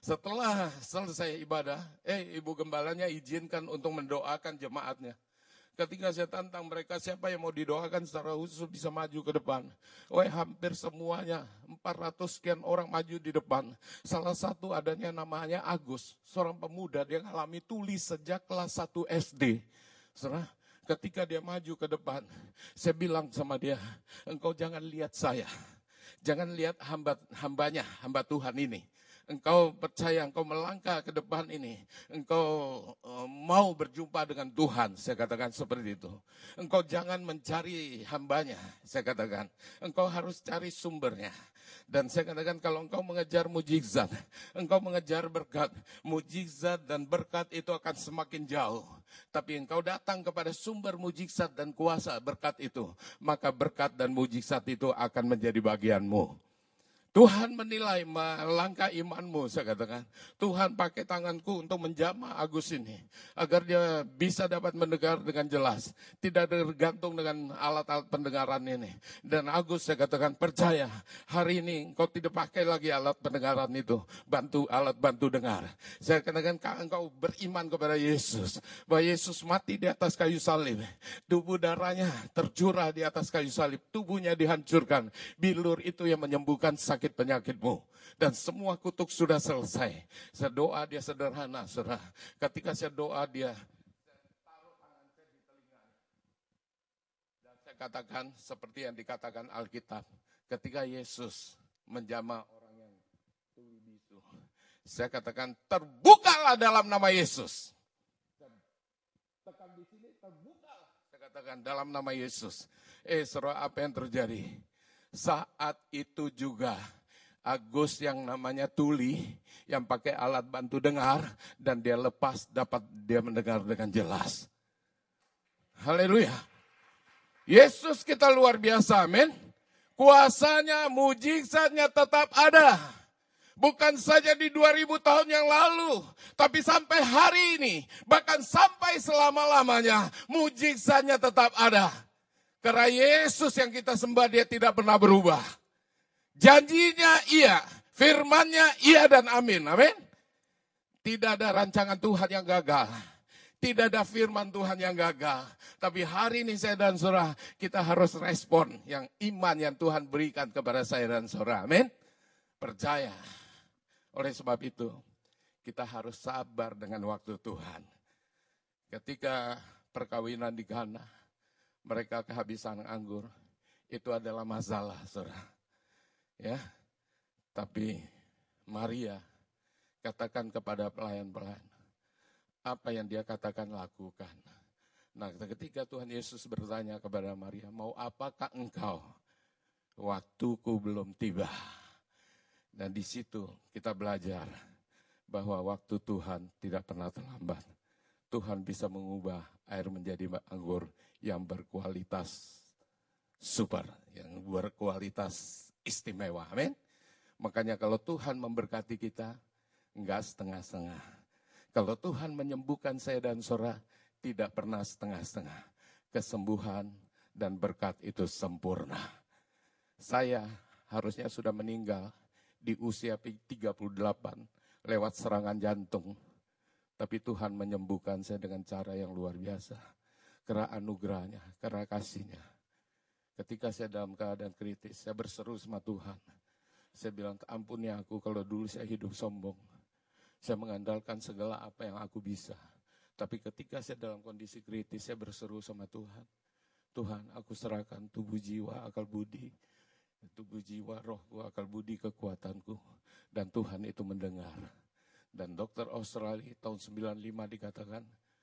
Setelah selesai ibadah, Ibu Gembalanya izinkan untuk mendoakan jemaatnya. Ketika saya tantang mereka, siapa yang mau didoakan secara khusus bisa maju ke depan. Hampir semuanya, 400 sekian orang maju di depan. Salah satu adanya namanya Agus, seorang pemuda, dia mengalami tuli sejak kelas 1 SD. Saudara, ketika dia maju ke depan, saya bilang sama dia, engkau jangan lihat saya. Jangan lihat hamba Tuhan ini. Engkau percaya, engkau melangkah ke depan ini. Engkau mau berjumpa dengan Tuhan, saya katakan seperti itu. Engkau jangan mencari hambanya, saya katakan. Engkau harus cari sumbernya. Dan saya katakan kalau engkau mengejar mujizat, engkau mengejar berkat, mujizat dan berkat itu akan semakin jauh. Tapi engkau datang kepada sumber mujizat dan kuasa berkat itu, maka berkat dan mujizat itu akan menjadi bagianmu. Tuhan menilai melangkah imanmu, saya katakan. Tuhan pakai tanganku untuk menjamah Agus ini. Agar dia bisa dapat mendengar dengan jelas. Tidak tergantung dengan alat-alat pendengaran ini. Dan Agus, saya katakan, percaya. Hari ini engkau tidak pakai lagi alat pendengaran itu. Alat bantu dengar. Saya katakan, engkau beriman kepada Yesus. Bahwa Yesus mati di atas kayu salib. Tubuh darahnya tercurah di atas kayu salib. Tubuhnya dihancurkan. Bilur itu yang menyembuhkan sakit penyakitmu. Dan semua kutuk sudah selesai. Saya doa dia sederhana, saudara. Ketika saya doa dia, saya taruh tangan saya di telinga. Dan saya katakan seperti yang dikatakan Alkitab. Ketika Yesus menjamah orang yang tuli bisu, saya katakan terbukalah dalam nama Yesus. Tekan di sini, terbukalah. Saya katakan dalam nama Yesus. Saudara, apa yang terjadi? Saat itu juga Agus yang namanya tuli, yang pakai alat bantu dengar, dan dia lepas dapat dia mendengar dengan jelas. Haleluya. Yesus kita luar biasa, amin. Kuasanya, mujizatnya tetap ada. Bukan saja di 2000 tahun yang lalu, tapi sampai hari ini, bahkan sampai selama-lamanya, mujizatnya tetap ada. Karena Yesus yang kita sembah, dia tidak pernah berubah. Janjinya iya, firmannya iya dan amin. Amin. Tidak ada rancangan Tuhan yang gagal. Tidak ada firman Tuhan yang gagal. Tapi hari ini saya dan saudara, kita harus respon yang iman yang Tuhan berikan kepada saya dan saudara. Amin. Percaya. Oleh sebab itu, kita harus sabar dengan waktu Tuhan. Ketika perkawinan di Kana, mereka kehabisan anggur. Itu adalah masalah, saudara. Ya, tapi Maria katakan kepada pelayan-pelayan, apa yang dia katakan lakukan. Nah, ketika Tuhan Yesus bertanya kepada Maria, mau apakah engkau? Waktuku belum tiba. Dan di situ kita belajar bahwa waktu Tuhan tidak pernah terlambat. Tuhan bisa mengubah air menjadi anggur yang berkualitas super, yang berkualitas istimewa, amin. Makanya kalau Tuhan memberkati kita, enggak setengah-setengah. Kalau Tuhan menyembuhkan saya dan saudara, tidak pernah setengah-setengah. Kesembuhan dan berkat itu sempurna. Saya harusnya sudah meninggal di usia 38 lewat serangan jantung. Tapi Tuhan menyembuhkan saya dengan cara yang luar biasa. Karena anugerahnya, karena kasihnya. Ketika saya dalam keadaan kritis, saya berseru sama Tuhan. Saya bilang, ampuni aku kalau dulu saya hidup sombong. Saya mengandalkan segala apa yang aku bisa. Tapi ketika saya dalam kondisi kritis, saya berseru sama Tuhan. Tuhan, aku serahkan tubuh jiwa, akal budi. Tubuh jiwa, rohku, akal budi, kekuatanku. Dan Tuhan itu mendengar. Dan dokter Australia tahun 95 dikatakan,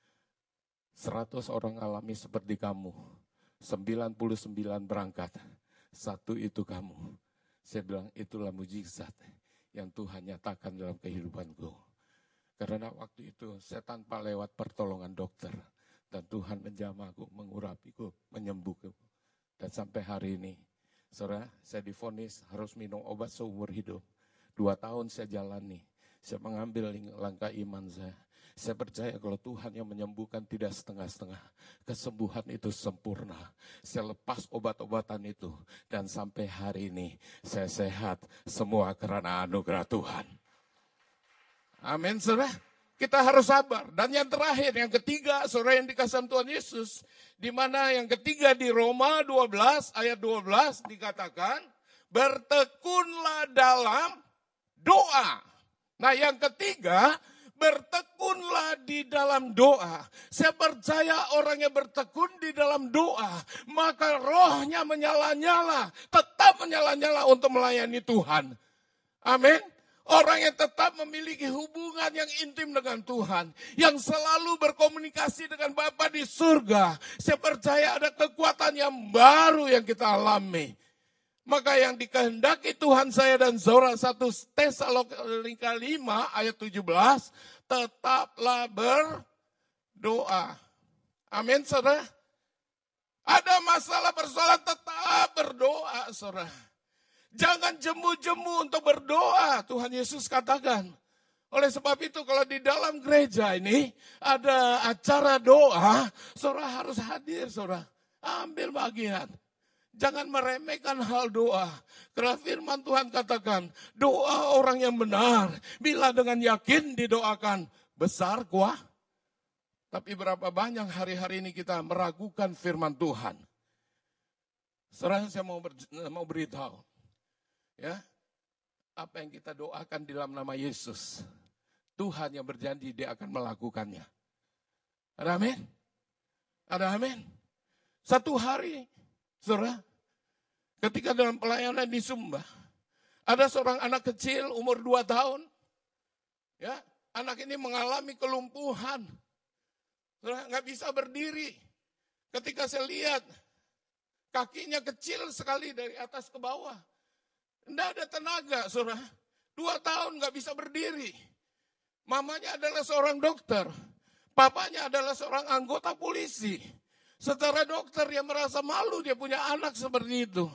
100 orang alami seperti kamu. 99 berangkat, 1 itu kamu. Saya bilang itulah mujizat yang Tuhan nyatakan dalam kehidupanku. Karena waktu itu saya tanpa lewat pertolongan dokter. Dan Tuhan menjamahku, mengurapiku, menyembuhku. Dan sampai hari ini, saudara, saya divonis harus minum obat seumur hidup. 2 tahun saya jalani, saya mengambil langkah iman saya. Saya percaya kalau Tuhan yang menyembuhkan tidak setengah-setengah. Kesembuhan itu sempurna. Saya lepas obat-obatan itu. Dan sampai hari ini saya sehat. Semua karena anugerah Tuhan. Amin, saudara. Kita harus sabar. Dan yang terakhir, yang ketiga, saudara yang dikasihi Tuhan Yesus, di mana yang ketiga di Roma 12 ayat 12 dikatakan, bertekunlah dalam doa. Nah yang ketiga, bertekunlah di dalam doa. Saya percaya orang yang bertekun di dalam doa, maka rohnya menyala-nyala, tetap menyala-nyala untuk melayani Tuhan. Amin. Orang yang tetap memiliki hubungan yang intim dengan Tuhan, yang selalu berkomunikasi dengan Bapa di surga. Saya percaya ada kekuatan yang baru yang kita alami. Maka yang dikehendaki Tuhan saya dan saudara 1 Tesalonika 5 ayat 17, tetaplah berdoa. Amin, saudara. Ada masalah persoalan, tetap berdoa, saudara. Jangan jemu-jemu untuk berdoa, Tuhan Yesus katakan. Oleh sebab itu kalau di dalam gereja ini ada acara doa, saudara harus hadir, saudara. Ambil bagian. Jangan meremehkan hal doa. Karena firman Tuhan katakan, doa orang yang benar, bila dengan yakin didoakan, besar kuah. Tapi berapa banyak hari-hari ini kita meragukan firman Tuhan. Saudara, saya mau beritahu. Ya, apa yang kita doakan di dalam nama Yesus, Tuhan yang berjanji dia akan melakukannya. Ada amin? Ada amin? Satu hari, saudara, ketika dalam pelayanan di Sumba, ada seorang anak kecil umur 2 tahun. Ya, anak ini mengalami kelumpuhan. Saudara, nggak bisa berdiri. Ketika saya lihat, kakinya kecil sekali dari atas ke bawah. Tidak ada tenaga, saudara. 2 tahun nggak bisa berdiri. Mamanya adalah seorang dokter. Papanya adalah seorang anggota polisi. Secara dokter dia merasa malu dia punya anak seperti itu.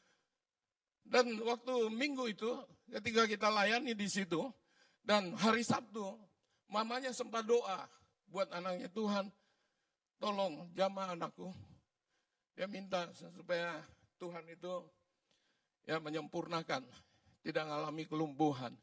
Dan waktu minggu itu ketika kita layani di situ dan hari Sabtu mamanya sempat doa buat anaknya, Tuhan tolong jamah anakku. Dia minta supaya Tuhan itu ya menyempurnakan, tidak mengalami kelumpuhan.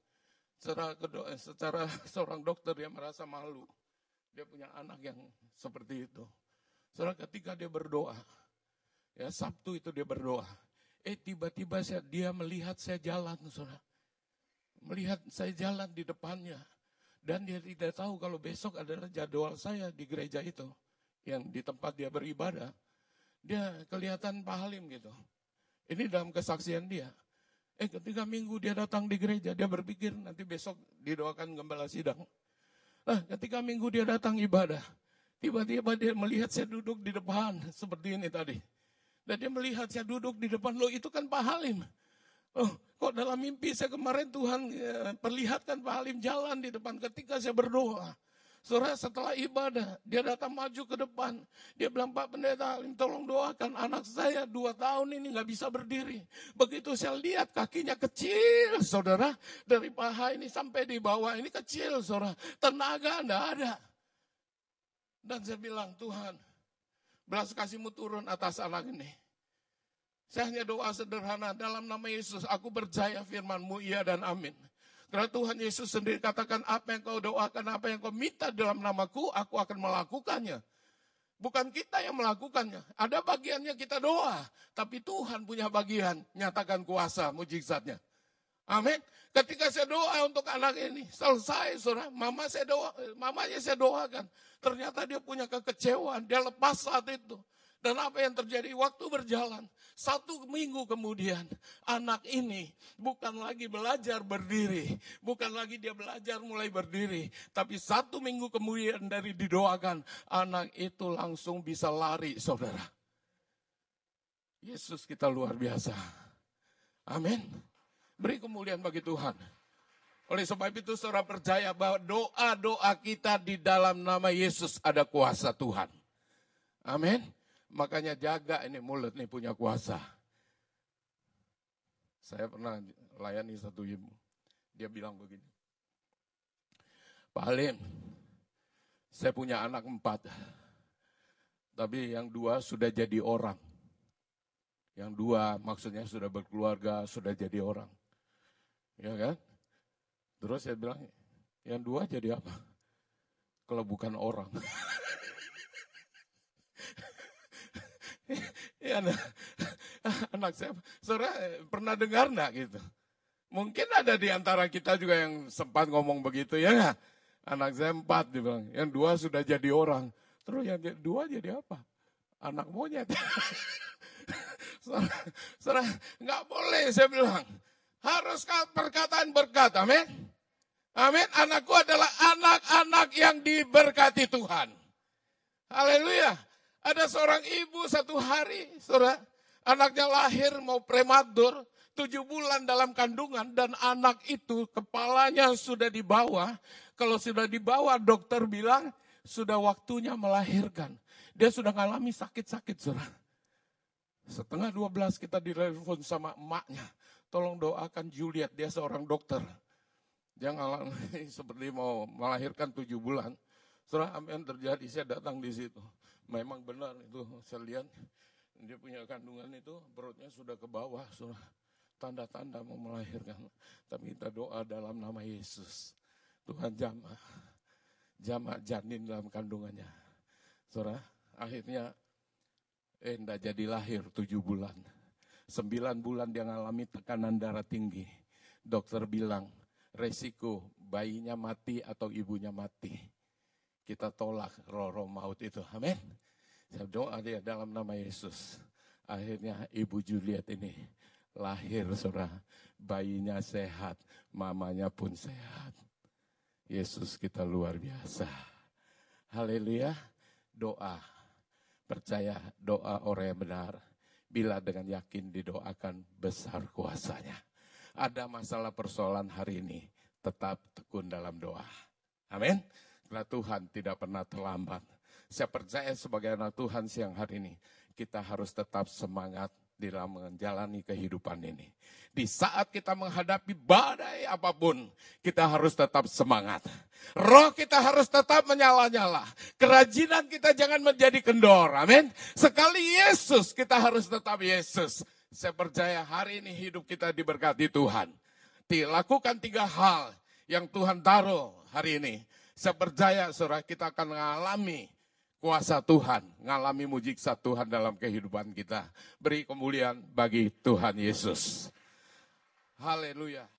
Secara seorang dokter dia merasa malu. Dia punya anak yang seperti itu. Saudara, ketika dia berdoa, ya Sabtu itu dia berdoa. Tiba-tiba dia melihat saya jalan, saudara. Melihat saya jalan di depannya. Dan dia tidak tahu kalau besok adalah jadwal saya di gereja itu. Yang di tempat dia beribadah. Dia kelihatan Pak Halim gitu. Ini dalam kesaksian dia. Ketika minggu dia datang di gereja, dia berpikir nanti besok didoakan gembala sidang. Nah, ketika minggu dia datang ibadah, tiba-tiba dia melihat saya duduk di depan, seperti ini tadi. Dan dia melihat saya duduk di depan, loh itu kan Pak Halim. Oh, kok dalam mimpi saya kemarin Tuhan perlihatkan Pak Halim jalan di depan ketika saya berdoa. Saudara, setelah ibadah, dia datang maju ke depan. Dia bilang, Pak Pendeta Halim, tolong doakan anak saya 2 tahun ini gak bisa berdiri. Begitu saya lihat kakinya kecil, saudara. Dari paha ini sampai di bawah ini kecil, saudara. Tenaga enggak ada. Dan saya bilang, Tuhan, belas kasih-Mu turun atas anak ini. Saya hanya doa sederhana, dalam nama Yesus, aku percaya firman-Mu, iya dan amin. Karena Tuhan Yesus sendiri katakan, apa yang kau doakan, apa yang kau minta dalam namaku, aku akan melakukannya. Bukan kita yang melakukannya. Ada bagiannya kita doa. Tapi Tuhan punya bagian, nyatakan kuasa, mujizatnya. Amin. Ketika saya doa untuk anak ini, selesai saudara, mamanya saya doakan. Ternyata dia punya kekecewaan, dia lepas saat itu. Dan apa yang terjadi? Waktu berjalan, 1 minggu kemudian, anak ini bukan lagi belajar berdiri. Bukan lagi dia belajar mulai berdiri. Tapi 1 minggu kemudian dari didoakan, anak itu langsung bisa lari, saudara. Yesus kita luar biasa. Amin. Beri kemuliaan bagi Tuhan. Oleh sebab itu saudara percaya bahwa doa-doa kita di dalam nama Yesus ada kuasa Tuhan. Amin. Makanya jaga ini mulut nih punya kuasa. Saya pernah layani satu ibu. Dia bilang begini. Pak Halim, saya punya anak 4. Tapi yang 2 sudah jadi orang. Yang 2 maksudnya sudah berkeluarga, sudah jadi orang. Ya kan? Terus saya bilang, yang 2 jadi apa? kalau bukan orang. Ya, anak saya, saudara pernah dengar enggak gitu? Mungkin ada di antara kita juga yang sempat ngomong begitu, ya nggak? Anak saya 4, dibilang. Yang 2 sudah jadi orang. Terus yang 2 jadi apa? Anak monyet. Saudara, nggak boleh saya bilang. Harus perkataan berkat, amin. Amin, anakku adalah anak-anak yang diberkati Tuhan. Haleluya. Ada seorang ibu satu hari, saudara, anaknya lahir mau prematur, 7 bulan dalam kandungan, dan anak itu kepalanya sudah di bawah. Kalau sudah di bawah, dokter bilang sudah waktunya melahirkan. Dia sudah mengalami sakit-sakit, saudara. Setengah 12 kita ditelepon sama emaknya. Tolong doakan Juliet, dia seorang dokter. Dia ngalami seperti mau melahirkan 7 bulan. Saudara, apa yang terjadi? Saya datang di situ. Memang benar itu, saya lihat dia punya kandungan itu, perutnya sudah ke bawah, saudara. Tanda-tanda mau melahirkan. Tapi kita doa dalam nama Yesus. Tuhan jamah janin dalam kandungannya. Saudara, akhirnya enggak jadi lahir 7 bulan. 9 bulan dia mengalami tekanan darah tinggi. Dokter bilang, resiko bayinya mati atau ibunya mati. Kita tolak roh maut itu. Amin. Saya doa dia dalam nama Yesus. Akhirnya Ibu Juliet ini lahir, saudara. Bayinya sehat, mamanya pun sehat. Yesus kita luar biasa. Haleluya. Doa. Percaya doa orang yang benar. Bila dengan yakin didoakan, besar kuasanya. Ada masalah persoalan hari ini, tetap tekun dalam doa. Amin. Karena Tuhan tidak pernah terlambat. Saya percaya sebagai anak Tuhan siang hari ini, kita harus tetap semangat dalam menjalani kehidupan ini. Di saat kita menghadapi badai apapun, kita harus tetap semangat. Roh kita harus tetap menyala-nyala. Kerajinan kita jangan menjadi kendor. Amin. Sekali Yesus, kita harus tetap Yesus. Saya percaya hari ini hidup kita diberkati Tuhan. Dilakukan 3 hal yang Tuhan taruh hari ini. Saya percaya saudara kita akan mengalami kuasa Tuhan, mengalami mujizat Tuhan dalam kehidupan kita. Beri kemuliaan bagi Tuhan Yesus. Haleluya.